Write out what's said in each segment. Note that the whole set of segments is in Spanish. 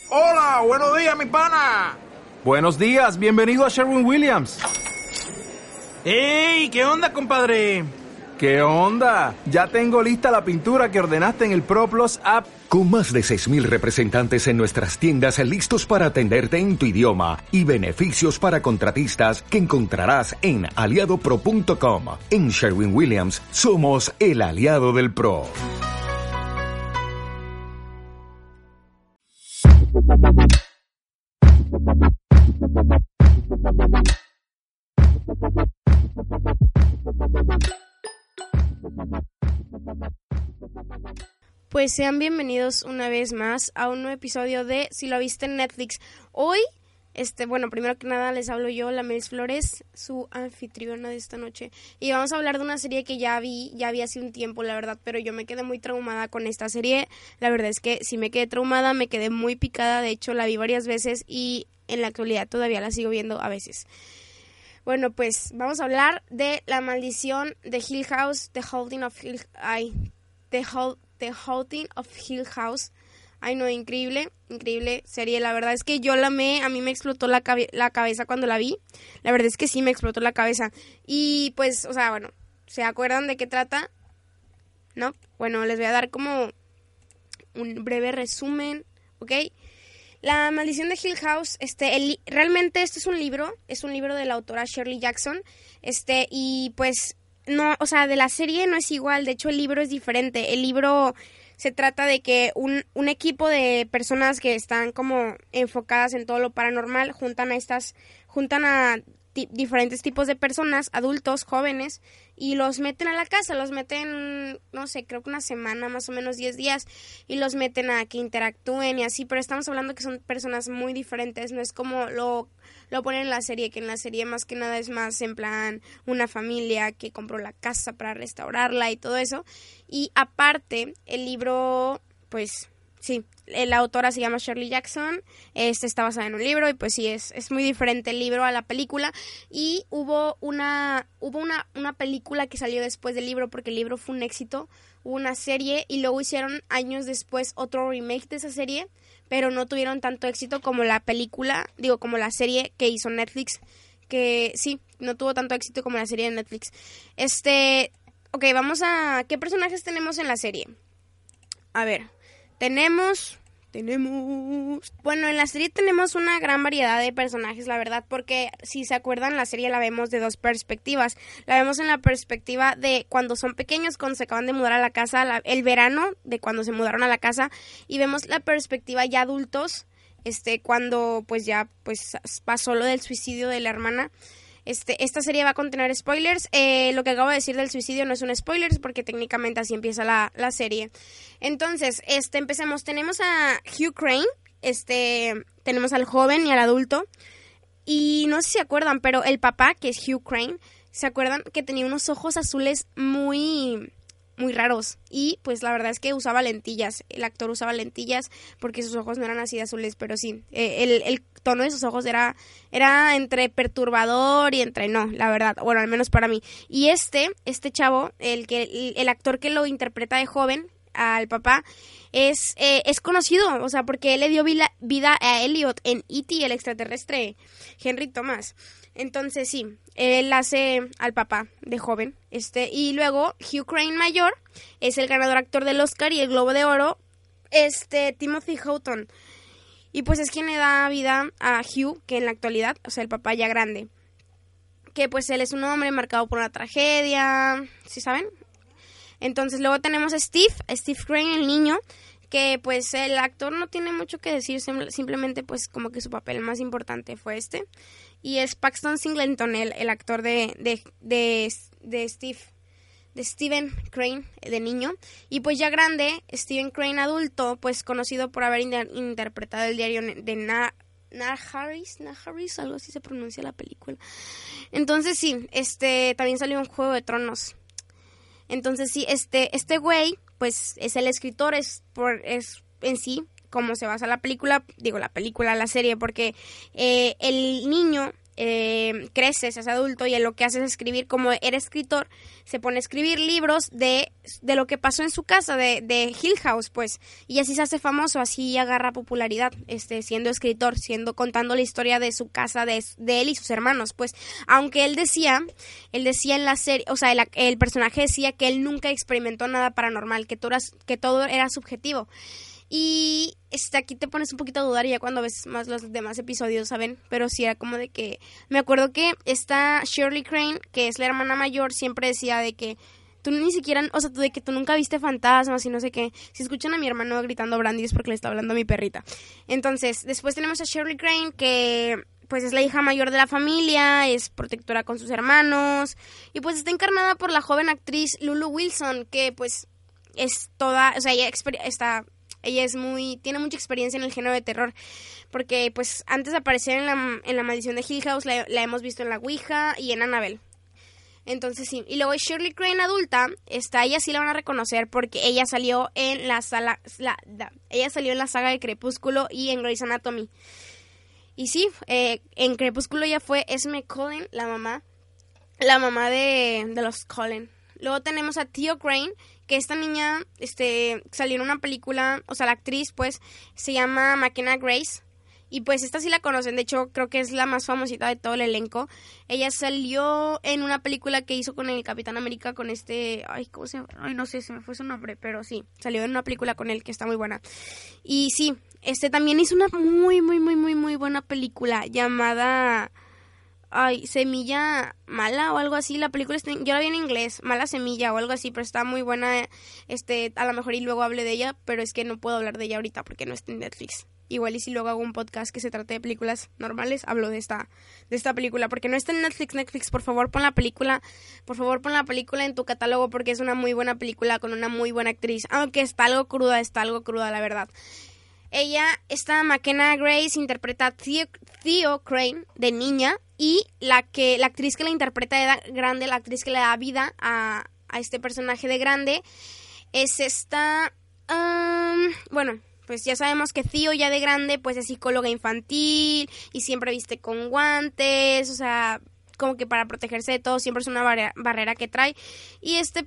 Hola, buenos días, mi pana. Buenos días, bienvenido a Sherwin-Williams. ¡Ey! ¿Qué onda, compadre? ¿Qué onda? Ya tengo lista la pintura que ordenaste en el ProPlus app. Con más de 6,000 representantes en nuestras tiendas listos para atenderte en tu idioma y beneficios para contratistas que encontrarás en aliadopro.com. En Sherwin-Williams somos el aliado del pro. Pues sean bienvenidos una vez más a un nuevo episodio de Si lo viste en Netflix. Hoy, primero que nada les hablo yo, la Melis Flores, su anfitriona de esta noche. Y vamos a hablar de una serie que ya vi hace un tiempo, la verdad, pero yo me quedé muy traumada con esta serie. La verdad es que sí me quedé traumada, me quedé muy picada, de hecho la vi varias veces y en la actualidad todavía la sigo viendo a veces. Bueno, pues vamos a hablar de La Maldición de Hill House, The Haunting of Hill House. Ay, no, increíble serie. La verdad es que yo la amé, a mí me explotó la cabeza cuando la vi. La verdad es que sí me explotó la cabeza. Y pues, ¿se acuerdan de qué trata? ¿No? Bueno, les voy a dar como un breve resumen, ¿ok? La Maldición de Hill House, realmente este es un libro de la autora Shirley Jackson, y pues no, o sea, de la serie no es igual, de hecho el libro es diferente. El libro se trata de que un equipo de personas que están como enfocadas en todo lo paranormal juntan a diferentes tipos de personas, adultos, jóvenes, y los meten a la casa, los meten, no sé, creo que una semana, más o menos 10 días, y los meten a que interactúen y así, pero estamos hablando que son personas muy diferentes, no es como lo ponen en la serie, que en la serie más que nada es más en plan una familia que compró la casa para restaurarla y todo eso, y aparte, el libro, pues sí, la autora se llama Shirley Jackson, está basada en un libro y pues sí, es muy diferente el libro a la película. Y hubo una película que salió después del libro porque el libro fue un éxito, hubo una serie y luego hicieron años después otro remake de esa serie, pero no tuvieron tanto éxito como la película, como la serie que hizo Netflix, que sí, no tuvo tanto éxito como la serie de Netflix. Ok, vamos a... ¿Qué personajes tenemos en la serie? A ver... Tenemos... Bueno, en la serie tenemos una gran variedad de personajes, la verdad, porque si se acuerdan, la serie la vemos de dos perspectivas. La vemos en la perspectiva de cuando son pequeños, cuando se acaban de mudar a la casa, el verano de cuando se mudaron a la casa, y vemos la perspectiva ya adultos, cuando pues ya pues pasó lo del suicidio de la hermana. Esta serie va a contener spoilers. Lo que acabo de decir del suicidio no es un spoiler porque técnicamente así empieza la serie. Entonces, empecemos. Tenemos a Hugh Crane, tenemos al joven y al adulto. Y no sé si se acuerdan, pero el papá, que es Hugh Crane, ¿se acuerdan que tenía unos ojos azules muy raros? Y pues la verdad es que usaba lentillas. El actor usaba lentillas porque sus ojos no eran así de azules, pero sí, el tono de sus ojos era entre perturbador y entre no, la verdad, bueno, al menos para mí. Y este chavo, el actor que lo interpreta de joven al papá, es conocido, o sea, porque él le dio vida a Elliot en E.T., el extraterrestre, Henry Thomas. Entonces sí, él hace al papá de joven, y luego Hugh Crane mayor es el ganador actor del Oscar y el Globo de Oro, Timothy Houghton. Y pues es quien le da vida a Hugh, que en la actualidad, o sea, el papá ya grande, que pues él es un hombre marcado por una tragedia, ¿sí saben? Entonces luego tenemos a Steve Crane, el niño, que pues el actor no tiene mucho que decir, simplemente pues como que su papel más importante fue y es Paxton Singleton, el actor de Stephen Crane, de niño. Y pues ya grande, Stephen Crane adulto, pues conocido por haber interpretado el diario de Nar Harris, algo así se pronuncia la película. Entonces sí, también salió en Juego de Tronos. Entonces sí, este güey, pues es el escritor, es en sí cómo se basa la película, la serie, porque el niño crece, se hace adulto y él lo que hace es escribir, como era escritor, se pone a escribir libros de lo que pasó en su casa, de Hill House, pues, y así se hace famoso, así agarra popularidad, siendo escritor, contando la historia de su casa, de él y sus hermanos, pues, aunque él decía en la serie, o sea, el personaje decía que él nunca experimentó nada paranormal, que todo era subjetivo. Y aquí te pones un poquito a dudar ya cuando ves más los demás episodios, ¿saben? Pero sí era como de que... Me acuerdo que esta Shirley Crane, que es la hermana mayor, siempre decía de que tú ni siquiera... O sea, de que tú nunca viste fantasmas y no sé qué. Si escuchan a mi hermano gritando Brandy es porque le está hablando a mi perrita. Entonces, después tenemos a Shirley Crane, que... pues es la hija mayor de la familia, es protectora con sus hermanos. Y pues está encarnada por la joven actriz Lulu Wilson, que pues es toda... O sea, ella tiene mucha experiencia en el género de terror, porque pues antes de aparecer en la Maldición de Hill House la hemos visto en La Ouija y en Annabelle. Entonces sí, y luego Shirley Crane adulta, ella sí la van a reconocer porque ella salió en la saga de Crepúsculo y en Grey's Anatomy. Y sí, en Crepúsculo ya fue Esme Cullen, la mamá de los Cullen. Luego tenemos a Theo Crane, que esta niña salió en una película, o sea, la actriz, pues, se llama McKenna Grace. Y pues esta sí la conocen, de hecho, creo que es la más famosita de todo el elenco. Ella salió en una película que hizo con el Capitán América, con ¿cómo se llama? Ay, no sé, se me fue su nombre, pero sí, salió en una película con él que está muy buena. Y sí, también hizo una muy, muy, muy, muy, muy buena película llamada... Semilla Mala o algo así. La película yo la vi en inglés, Mala Semilla o algo así, pero está muy buena. A lo mejor y luego hable de ella, pero es que no puedo hablar de ella ahorita porque no está en Netflix. Igual y si luego hago un podcast que se trate de películas normales, hablo de esta película, porque no está en Netflix, por favor pon la película en tu catálogo porque es una muy buena película con una muy buena actriz, aunque está algo cruda la verdad. Ella, esta McKenna Grace, interpreta a Theo Crane de niña, y la actriz que la interpreta de edad grande, la actriz que le da vida a este personaje de grande, es esta... bueno, pues ya sabemos que Theo ya de grande pues es psicóloga infantil y siempre viste con guantes, o sea, como que para protegerse de todo, siempre es una barrera que trae. Y esta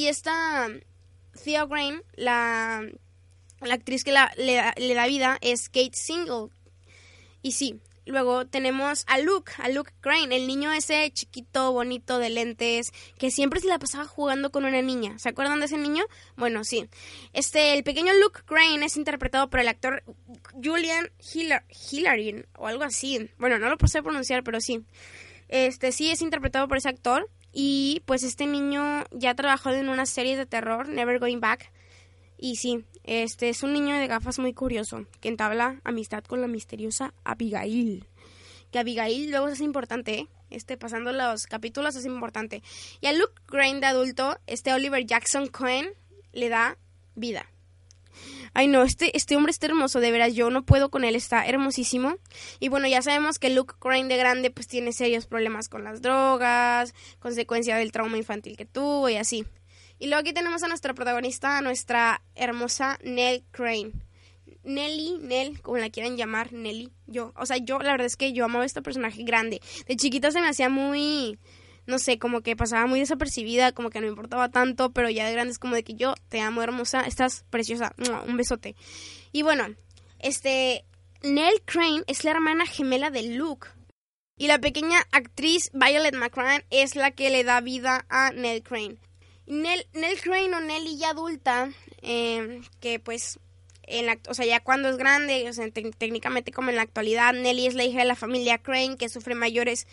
Theo Crane, la actriz que le da vida es Kate Single. Y sí, luego tenemos a Luke Crane, el niño ese chiquito, bonito, de lentes, que siempre se la pasaba jugando con una niña. ¿Se acuerdan de ese niño? Bueno, sí. El pequeño Luke Crane es interpretado por el actor Julian Hilarin, o algo así. Bueno, no lo sé pronunciar, pero sí. Sí es interpretado por ese actor. Y pues este niño ya trabajó en una serie de terror, Never Going Back. Y sí, es un niño de gafas muy curioso, que entabla amistad con la misteriosa Abigail. Que Abigail luego es importante, pasando los capítulos es importante. Y a Luke Crane de adulto, Oliver Jackson Cohen le da vida. Ay no, este hombre está hermoso, de veras, yo no puedo con él, está hermosísimo. Y bueno, ya sabemos que Luke Crane de grande pues tiene serios problemas con las drogas, consecuencia del trauma infantil que tuvo y así. Y luego aquí tenemos a nuestra protagonista, a nuestra hermosa Nell Crane. Nell, como la quieran llamar, Nelly. Yo la verdad es que yo amaba a este personaje grande. De chiquita se me hacía muy, no sé, como que pasaba muy desapercibida, como que no me importaba tanto, pero ya de grande es como de que yo te amo, hermosa, estás preciosa, un besote. Y bueno, Nell Crane es la hermana gemela de Luke. Y la pequeña actriz Violet McCann es la que le da vida a Nell Crane. Nell Crane o Nelly ya adulta, que pues, ya cuando es grande, o sea, técnicamente como en la actualidad, Nelly es la hija de la familia Crane que sufre mayores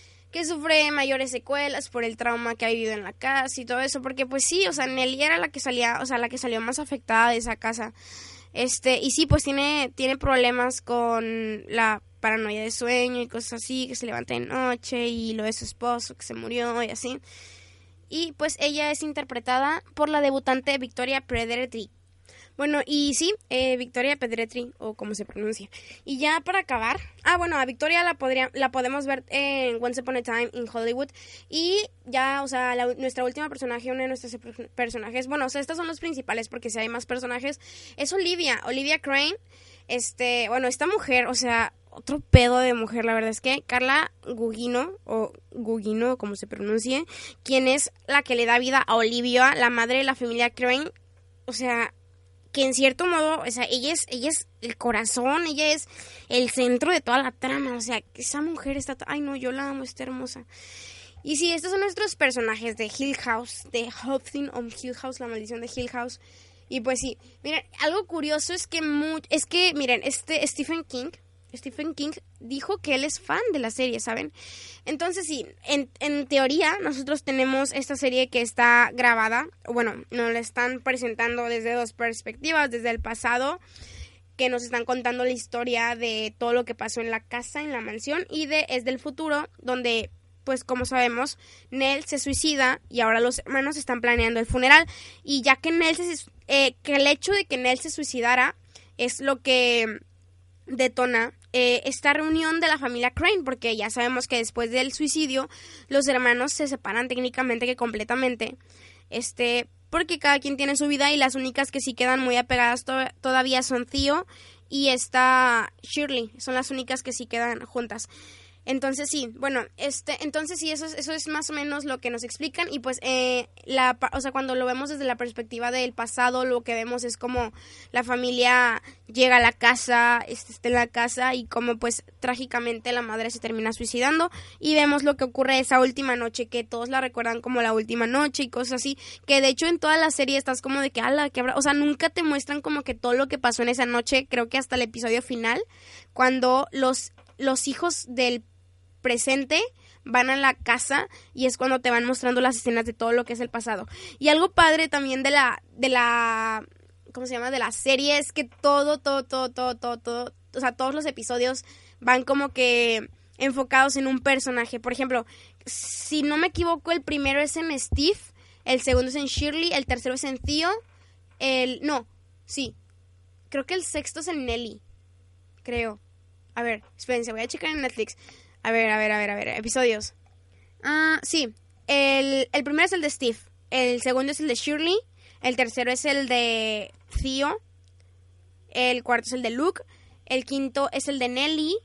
secuelas por el trauma que ha vivido en la casa y todo eso, porque pues sí, o sea, Nelly era la que salió más afectada de esa casa. Y sí, pues tiene problemas con la paranoia de sueño y cosas así, que se levanta de noche y lo de su esposo que se murió y así. Y pues ella es interpretada por la debutante Victoria Pedretti. Bueno, y sí, Victoria Pedretti, o como se pronuncia. Y ya para acabar, a Victoria la podemos ver en Once Upon a Time in Hollywood. Y ya, o sea, nuestra última personaje, uno de nuestros personajes, bueno, o sea, estos son los principales porque si hay más personajes, es Olivia Crane. Esta mujer, o sea, otro pedo de mujer, la verdad es que Carla Gugino, o Gugino, como se pronuncie, quien es la que le da vida a Olivia, la madre de la familia Crane, o sea, que en cierto modo, o sea, ella es el corazón, ella es el centro de toda la trama, o sea, esa mujer está, ay no, yo la amo, está hermosa. Y sí, estos son nuestros personajes de Hill House, de Haunting of Hill House, la maldición de Hill House. Y pues sí, miren, algo curioso es que miren, Stephen King dijo que él es fan de la serie, ¿saben? Entonces sí, en teoría nosotros tenemos esta serie que está grabada, bueno, nos la están presentando desde dos perspectivas, desde el pasado, que nos están contando la historia de todo lo que pasó en la casa, en la mansión, y es del futuro, donde, pues como sabemos, Nell se suicida y ahora los hermanos están planeando el funeral, y ya que que el hecho de que Nell se suicidara es lo que detona esta reunión de la familia Crane, porque ya sabemos que después del suicidio los hermanos se separan técnicamente que completamente, porque cada quien tiene su vida y las únicas que sí quedan muy apegadas todavía son Theo y Shirley, son las únicas que sí quedan juntas. Entonces sí, bueno, entonces sí, eso es más o menos lo que nos explican, y pues o sea, cuando lo vemos desde la perspectiva del pasado, lo que vemos es como la familia llega a la casa, está en la casa, y como pues trágicamente la madre se termina suicidando, y vemos lo que ocurre esa última noche, que todos la recuerdan como la última noche y cosas así, que de hecho en toda la serie estás como de que, ala, que habrá, o sea, nunca te muestran como que todo lo que pasó en esa noche, creo que hasta el episodio final, cuando los hijos del presente van a la casa, y es cuando te van mostrando las escenas de todo lo que es el pasado. Y algo padre también de la ¿cómo se llama? De la serie es que todo, o sea, todos los episodios van como que enfocados en un personaje. Por ejemplo, si no me equivoco, el primero es en Steve, el segundo es en Shirley, el tercero es en Theo, creo que el sexto es en Nelly, creo. A ver, espérense, voy a checar en Netflix. A ver, episodios. Sí, el primero es el de Steve, el segundo es el de Shirley, el tercero es el de Theo, el cuarto es el de Luke, el quinto es el de Nelly,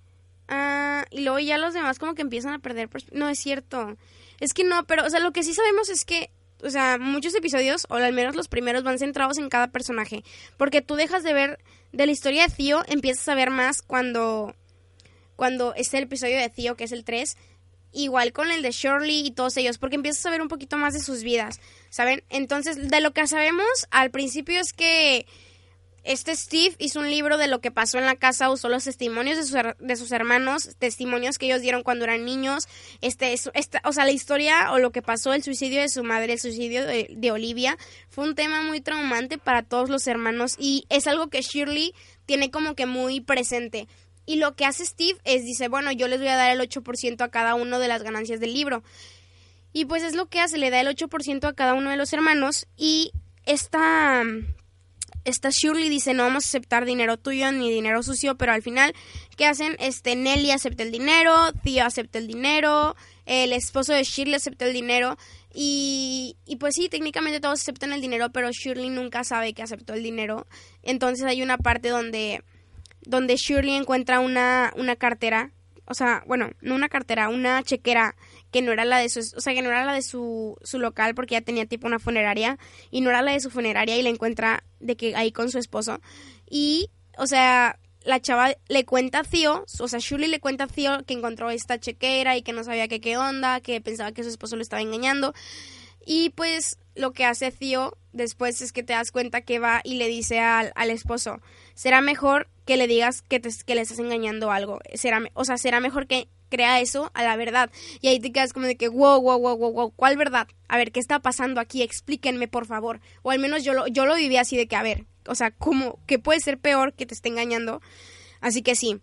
y luego ya los demás como que empiezan a perder no, es cierto. Es que no, pero, o sea, lo que sí sabemos es que, o sea, muchos episodios, o al menos los primeros, van centrados en cada personaje, porque tú dejas de ver de la historia de Theo, empiezas a ver más cuando está el episodio de Theo, que es el 3, igual con el de Shirley y todos ellos, porque empiezas a ver un poquito más de sus vidas, ¿saben? Entonces, de lo que sabemos al principio es que Steve hizo un libro de lo que pasó en la casa, usó los testimonios de sus hermanos, testimonios que ellos dieron cuando eran niños, o sea, la historia o lo que pasó, el suicidio de su madre, el suicidio de Olivia, fue un tema muy traumante para todos los hermanos, y es algo que Shirley tiene como que muy presente. Y lo que hace Steve dice, bueno, yo les voy a dar el 8% a cada uno de las ganancias del libro. Y pues es lo que hace, le da el 8% a cada uno de los hermanos, y esta Shirley dice, no vamos a aceptar dinero tuyo ni dinero sucio, pero al final, ¿qué hacen? Nelly acepta el dinero, Theo acepta el dinero, el esposo de Shirley acepta el dinero, y pues sí, técnicamente todos aceptan el dinero, pero Shirley nunca sabe que aceptó el dinero. Entonces hay una parte donde Shirley encuentra una cartera, o sea, bueno, no una cartera, una chequera que no era la de su local, porque ya tenía tipo una funeraria, y no era la de su funeraria, y la encuentra de que ahí con su esposo. Y, o sea, la chava le cuenta a Theo, o sea, Shirley le cuenta a Theo que encontró esta chequera y que no sabía qué onda, que pensaba que su esposo lo estaba engañando. Y pues lo que hace Theo después es que te das cuenta que va y le dice al esposo, será mejor que le digas que le estás engañando algo, será mejor que crea eso a la verdad. Y ahí te quedas como de que wow, ¿cuál verdad? A ver, ¿qué está pasando aquí? Explíquenme, por favor. O al menos yo lo viví así de que, a ver, o sea, ¿cómo? ¿Qué puede ser peor que te esté engañando? Así que sí.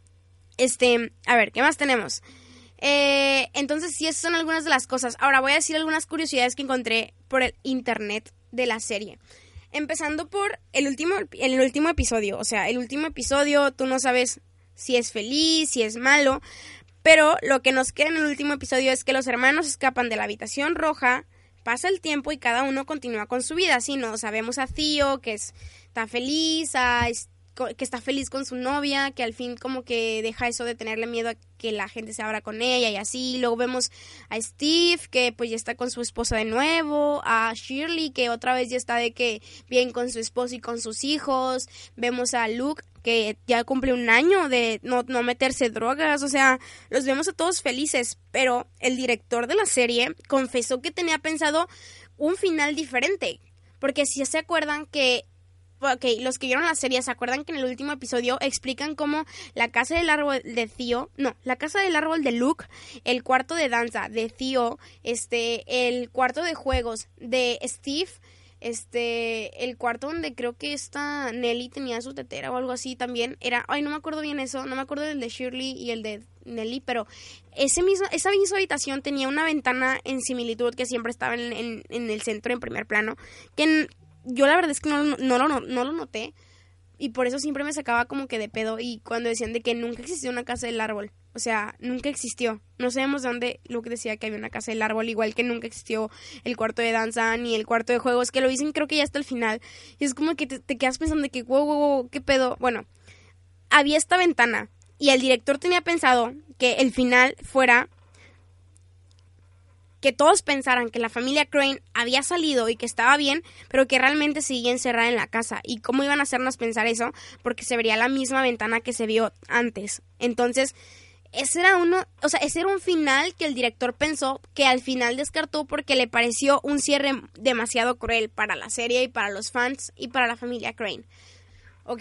A ver, ¿qué más tenemos? Entonces sí, esas son algunas de las cosas. Ahora voy a decir algunas curiosidades que encontré por el internet de la serie. Empezando por el último episodio. O sea, el último episodio tú no sabes si es feliz, si es malo, pero lo que nos queda en el último episodio es que los hermanos escapan de la habitación roja, pasa el tiempo y cada uno continúa con su vida. Así no sabemos a Theo, que está feliz, a que está feliz con su novia, que al fin como que deja eso de tenerle miedo a que la gente se abra con ella y así. Luego vemos a Steve, que pues ya está con su esposa de nuevo, a Shirley, que otra vez ya está de que bien con su esposo y con sus hijos. Vemos a Luke, que ya cumple 1 año de no meterse drogas, o sea, los vemos a todos felices, pero el director de la serie confesó que tenía pensado un final diferente, porque si se acuerdan que los que vieron la serie se acuerdan que en el último episodio explican cómo la casa del árbol de Luke, el cuarto de danza de Theo, el cuarto de juegos de Steve, el cuarto donde creo que esta Nelly tenía su tetera o algo así también era, no me acuerdo bien eso, no me acuerdo del de Shirley y el de Nelly, pero esa misma habitación tenía una ventana en similitud que siempre estaba en el centro, en primer plano, que yo la verdad es que no lo noté, y por eso siempre me sacaba como que de pedo, y cuando decían de que nunca existió una casa del árbol, o sea, nunca existió, no sabemos de dónde Luke decía que había una casa del árbol, igual que nunca existió el cuarto de danza ni el cuarto de juegos, que lo dicen creo que ya hasta el final, y es como que te quedas pensando de que wow, qué pedo. Bueno, había esta ventana, y el director tenía pensado que el final fuera que todos pensaran que la familia Crane había salido y que estaba bien, pero que realmente seguía encerrada en la casa. ¿Y cómo iban a hacernos pensar eso? Porque se vería la misma ventana que se vio antes. Entonces, ese era un final que el director pensó, que al final descartó porque le pareció un cierre demasiado cruel para la serie y para los fans y para la familia Crane. Ok.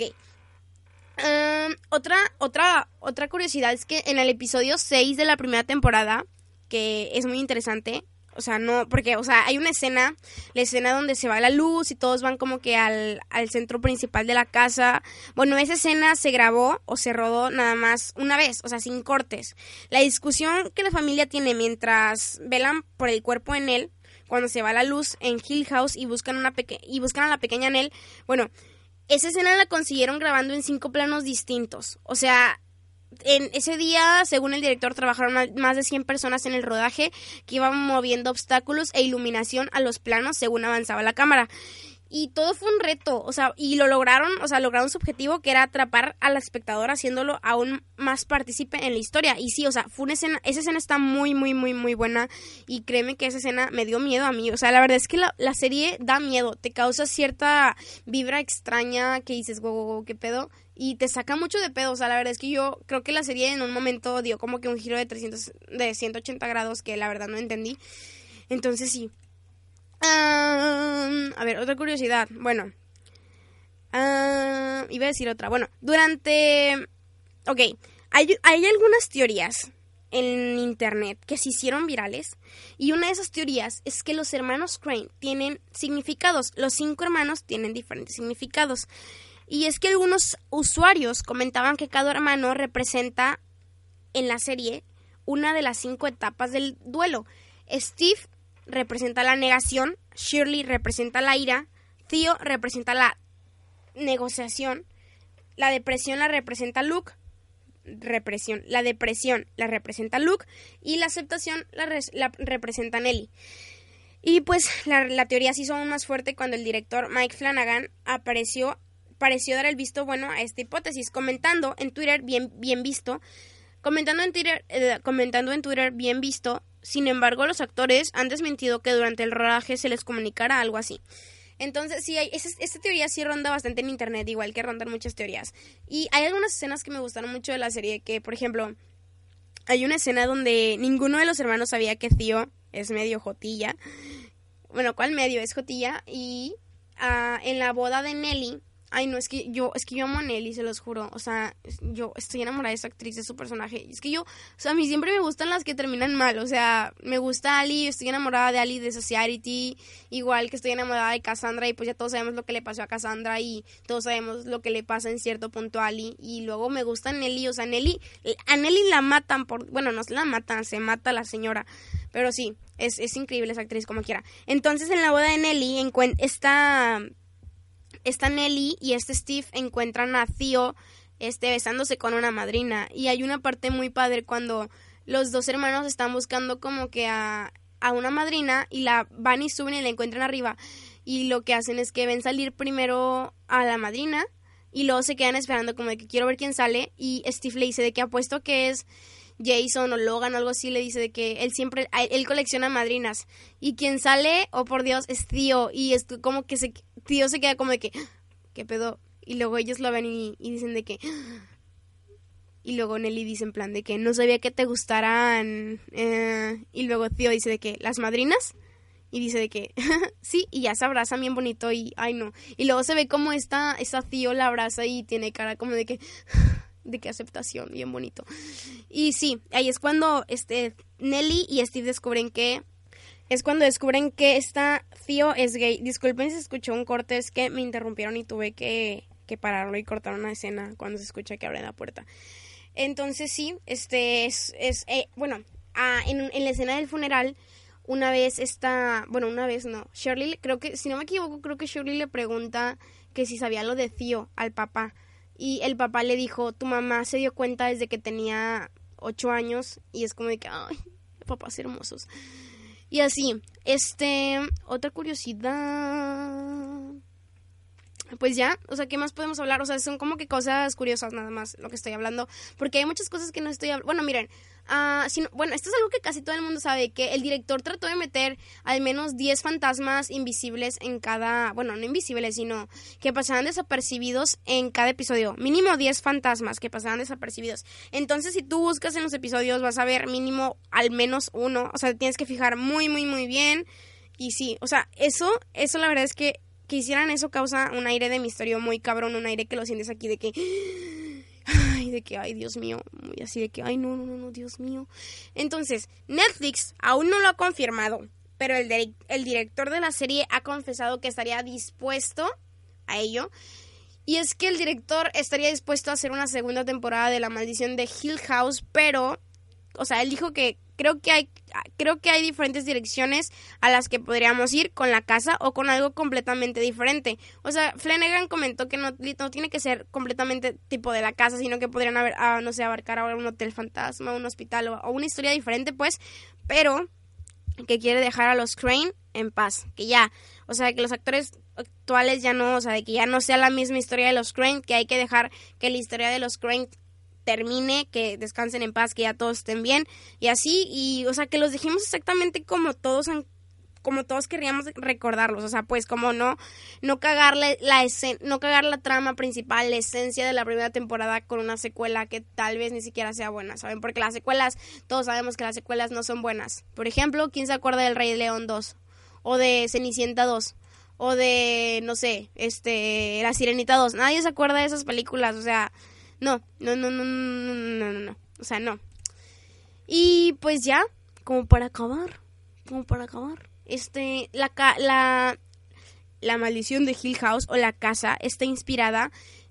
Otra curiosidad es que en el episodio 6 de la primera temporada, que es muy interesante, o sea, no, porque, o sea, hay una escena, la escena donde se va la luz y todos van como que al centro principal de la casa. Bueno, esa escena se grabó o se rodó nada más una vez, o sea, sin cortes. La discusión que la familia tiene mientras velan por el cuerpo de Nell, cuando se va la luz en Hill House y buscan a la pequeña Nell, bueno, esa escena la consiguieron grabando en 5 planos distintos, o sea, en ese día, según el director, trabajaron más de 100 personas en el rodaje que iban moviendo obstáculos e iluminación a los planos según avanzaba la cámara. Y todo fue un reto, o sea, y lo lograron, o sea, lograron su objetivo, que era atrapar al espectador haciéndolo aún más partícipe en la historia. Y sí, o sea, esa escena está muy, muy, muy, muy buena, y créeme que esa escena me dio miedo a mí. O sea, la verdad es que la serie da miedo, te causa cierta vibra extraña que dices, wow, qué pedo, y te saca mucho de pedo. O sea, la verdad es que yo creo que la serie en un momento dio como que un giro de 180 grados que la verdad no entendí. Entonces sí. A ver, otra curiosidad. Bueno, iba a decir otra. Bueno, Ok, hay algunas teorías en internet que se hicieron virales, y una de esas teorías es que los hermanos Crane tienen significados. Los 5 hermanos tienen diferentes significados. Y es que algunos usuarios comentaban que cada hermano representa en la serie una de las 5 etapas del duelo. Steve representa la negación, Shirley representa la ira, Theo representa la negociación, la depresión la representa Luke, la depresión la representa Luke, y la aceptación la representa Nelly. Y pues la teoría se hizo aún más fuerte cuando el director Mike Flanagan pareció dar el visto bueno a esta hipótesis, comentando en Twitter bien visto. Sin embargo, los actores han desmentido que durante el rodaje se les comunicara algo así. Entonces, sí, esta teoría sí ronda bastante en internet, igual que rondan muchas teorías. Y hay algunas escenas que me gustaron mucho de la serie, que, por ejemplo, hay una escena donde ninguno de los hermanos sabía que Theo es medio jotilla. Bueno, ¿cuál medio? Es jotilla. Y en la boda de Nelly... Ay, no, es que yo amo a Nelly, se los juro. O sea, yo estoy enamorada de esa actriz, de su personaje. Es que a mí siempre me gustan las que terminan mal. O sea, me gusta Ali, estoy enamorada de Ali de Society. Igual que estoy enamorada de Cassandra, y pues ya todos sabemos lo que le pasó a Cassandra, y todos sabemos lo que le pasa en cierto punto a Ali. Y luego me gusta Nelly, o sea, a Nelly la matan bueno, no se la matan, se mata a la señora. Pero sí, es increíble esa actriz como quiera. Entonces, en la boda de Nelly esta Nelly y Steve encuentran a Theo besándose con una madrina, y hay una parte muy padre cuando los 2 hermanos están buscando como que a una madrina, y la van y suben y la encuentran arriba, y lo que hacen es que ven salir primero a la madrina y luego se quedan esperando como de que quiero ver quién sale, y Steve le dice de que apuesto que es Jason o Logan o algo así, le dice de que él colecciona madrinas, y quien sale, oh por Dios, es Theo, y es como que Theo se queda como de que, ¿qué pedo? Y luego ellos lo ven y dicen de que... Y luego Nelly dice en plan de que no sabía que te gustaran. Y luego Theo dice de que, ¿las madrinas? Y dice de que, sí, y ya se abrazan bien bonito y, ay no. Y luego se ve como esta Theo la abraza y tiene cara como de que aceptación, bien bonito. Y sí, ahí es cuando Nelly y Steve descubren que... Es cuando descubren que Theo es gay. Disculpen si se escuchó un corte, es que me interrumpieron y tuve que pararlo y cortar una escena cuando se escucha que abren la puerta. Entonces sí, bueno, en la escena del funeral, Shirley, creo que, si no me equivoco, creo que Shirley le pregunta que si sabía lo de Theo al papá, y el papá le dijo, tu mamá se dio cuenta desde que tenía 8 años, y es como de que, ay, papás hermosos. Y así, otra curiosidad... Pues ya, o sea, ¿qué más podemos hablar? O sea, son como que cosas curiosas nada más lo que estoy hablando, porque hay muchas cosas que no estoy hablando. Bueno, miren, esto es algo que casi todo el mundo sabe, que el director trató de meter al menos 10 fantasmas invisibles en cada... Bueno, no invisibles, sino que pasaban desapercibidos en cada episodio. Mínimo 10 fantasmas que pasaban desapercibidos. Entonces, si tú buscas en los episodios, vas a ver mínimo al menos uno. O sea, te tienes que fijar muy, muy, muy bien. Y sí, o sea, eso la verdad es que hicieran eso causa un aire de misterio muy cabrón, un aire que lo sientes aquí de que... Ay, Dios mío, muy así de que, ay, no, Dios mío. Entonces, Netflix aún no lo ha confirmado, pero el director de la serie ha confesado que estaría dispuesto a ello. Y es que el director estaría dispuesto a hacer una segunda temporada de La Maldición de Hill House, pero, o sea, él dijo que creo que hay diferentes direcciones a las que podríamos ir con la casa o con algo completamente diferente. O sea, Flanagan comentó que no tiene que ser completamente tipo de la casa, sino que podrían abarcar ahora un hotel fantasma, un hospital o una historia diferente, pues, pero que quiere dejar a los Crane en paz, que ya, o sea, que los actores actuales ya no, o sea, de que ya no sea la misma historia de los Crane, que hay que dejar que la historia de los Crane termine, que descansen en paz, que ya todos estén bien y así, y o sea, que los dejemos exactamente como todos querríamos recordarlos, o sea, pues como no cagar la trama principal, la esencia de la primera temporada con una secuela que tal vez ni siquiera sea buena, ¿saben? Porque las secuelas, todos sabemos que las secuelas no son buenas. Por ejemplo, ¿quién se acuerda del Rey León 2? O de Cenicienta 2, o de, no sé, La Sirenita 2, nadie se acuerda de esas películas, o sea, no, o sea, no. Y pues ya, como para acabar, la maldición de Hill House o la casa está inspirada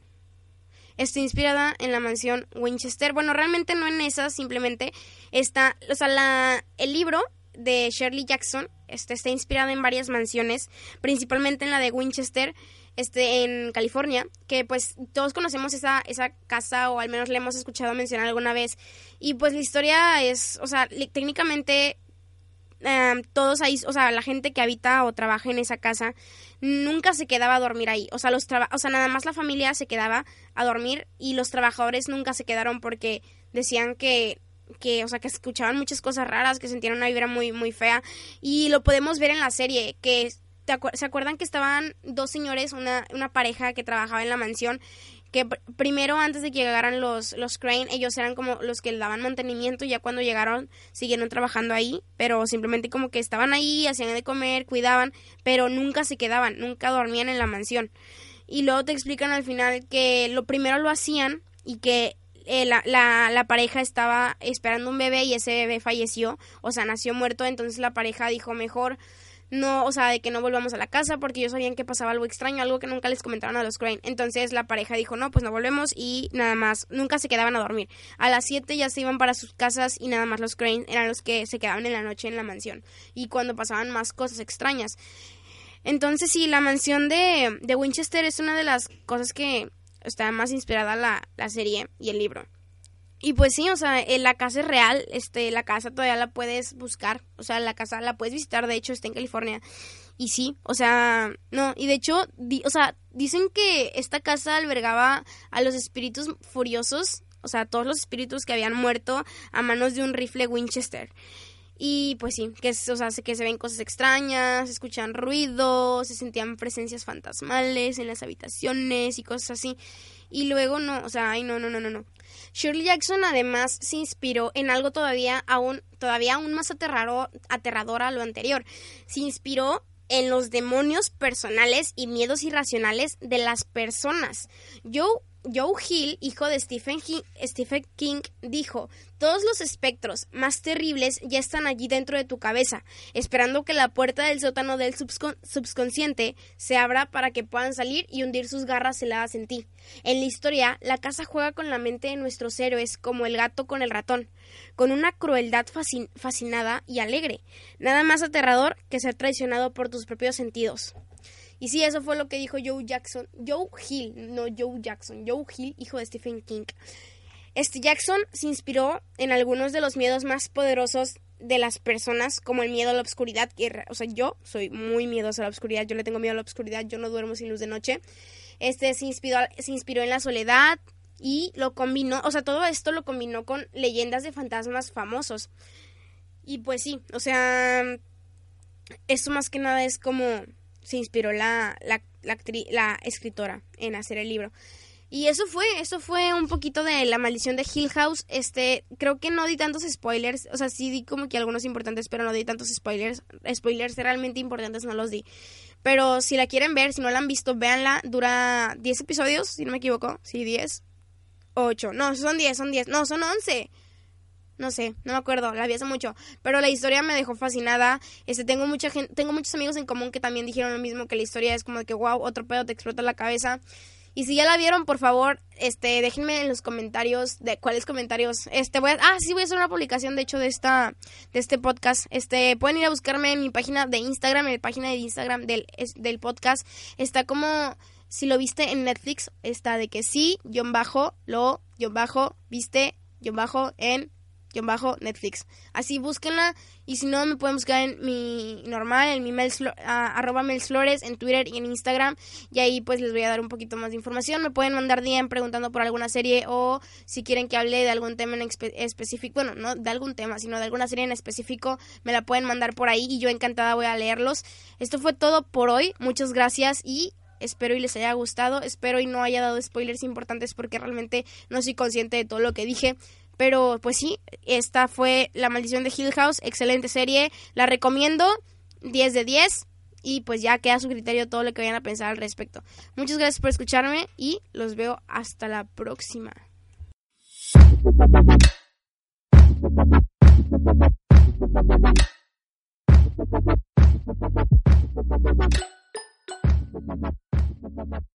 en la mansión Winchester. Bueno, realmente no en esa, simplemente está, o sea, el libro de Shirley Jackson está inspirado en varias mansiones, principalmente en la de Winchester, en California, que pues todos conocemos esa casa, o al menos la hemos escuchado mencionar alguna vez, y pues la historia es, o sea, técnicamente todos ahí, o sea, la gente que habita o trabaja en esa casa nunca se quedaba a dormir ahí, o sea, nada más la familia se quedaba a dormir y los trabajadores nunca se quedaron porque decían que o sea, que escuchaban muchas cosas raras, que sentían una vibra muy, muy fea, y lo podemos ver en la serie, que ¿se acuerdan que estaban dos señores, una pareja que trabajaba en la mansión, que primero, antes de que llegaran los Crane, ellos eran como los que le daban mantenimiento, y ya cuando llegaron siguieron trabajando ahí, pero simplemente como que estaban ahí, hacían de comer, cuidaban, pero nunca se quedaban, nunca dormían en la mansión. Y luego te explican al final que lo primero lo hacían y que la pareja estaba esperando un bebé y ese bebé falleció, o sea, nació muerto. Entonces la pareja dijo, mejor no, o sea, de que no volvamos a la casa, porque ellos sabían que pasaba algo extraño, algo que nunca les comentaron a los Crane. Entonces la pareja dijo, no, pues no volvemos, y nada más, nunca se quedaban a dormir. A las 7 ya se iban para sus casas y nada más los Crane eran los que se quedaban en la noche en la mansión, y cuando pasaban más cosas extrañas. Entonces sí, la mansión de Winchester es una de las cosas que está más inspirada la serie y el libro. Y pues sí, o sea, la casa es real, la casa todavía la puedes buscar, o sea, la casa la puedes visitar, de hecho está en California. Y sí, o sea, no, y de hecho, dicen que esta casa albergaba a los espíritus furiosos, o sea, todos los espíritus que habían muerto a manos de un rifle Winchester. Y pues sí, que se ven cosas extrañas, se escuchan ruidos, se sentían presencias fantasmales en las habitaciones y cosas así. Y luego no. Shirley Jackson además se inspiró en algo todavía aún más aterrador a lo anterior. Se inspiró en los demonios personales y miedos irracionales de las personas. Joe Hill, hijo de Stephen King, dijo: todos los espectros más terribles ya están allí dentro de tu cabeza, esperando que la puerta del sótano del subconsciente se abra para que puedan salir y hundir sus garras heladas en ti. En la historia, la casa juega con la mente de nuestros héroes como el gato con el ratón, con una crueldad fascinada y alegre. Nada más aterrador que ser traicionado por tus propios sentidos. Y sí, eso fue lo que dijo Joe Hill, hijo de Stephen King. Jackson se inspiró en algunos de los miedos más poderosos de las personas, como el miedo a la oscuridad. Yo soy muy miedosa a la oscuridad, yo le tengo miedo a la oscuridad, yo no duermo sin luz de noche. Se inspiró en la soledad y lo combinó, todo esto lo combinó con leyendas de fantasmas famosos. Y pues sí, esto más que nada es como se inspiró la escritora en hacer el libro. Y eso fue un poquito de La Maldición de Hill House. Creo que no di tantos spoilers, sí di como que algunos importantes, pero no di tantos spoilers realmente importantes no los di. Pero si la quieren ver, si no la han visto, véanla. Dura 10 episodios, si no me equivoco. Sí, 10. 8. No, son 10. No, son 11. No sé, no me acuerdo, la vi hace mucho, pero la historia me dejó fascinada. Tengo muchos amigos en común que también dijeron lo mismo, que la historia es como de que wow, otro pedo, te explota la cabeza. Y si ya la vieron, por favor, déjenme en los comentarios de cuáles comentarios. Voy a hacer una publicación de hecho de este podcast. Pueden ir a buscarme en mi página de Instagram, en la página de Instagram del podcast. Está como si lo viste en Netflix, está de que sí, viste, en Netflix. Así búsquenla, y si no me pueden buscar en mi normal, en mi @melsflores en Twitter y en Instagram, y ahí pues les voy a dar un poquito más de información. Me pueden mandar DM preguntando por alguna serie, o si quieren que hable de algún tema en específico, bueno, no de algún tema, sino de alguna serie en específico, me la pueden mandar por ahí y yo encantada voy a leerlos. Esto fue todo por hoy, muchas gracias y espero y les haya gustado, espero y no haya dado spoilers importantes porque realmente no soy consciente de todo lo que dije. Pero pues sí, esta fue La Maldición de Hill House, excelente serie, la recomiendo, 10 de 10, y pues ya queda a su criterio todo lo que vayan a pensar al respecto. Muchas gracias por escucharme y los veo hasta la próxima.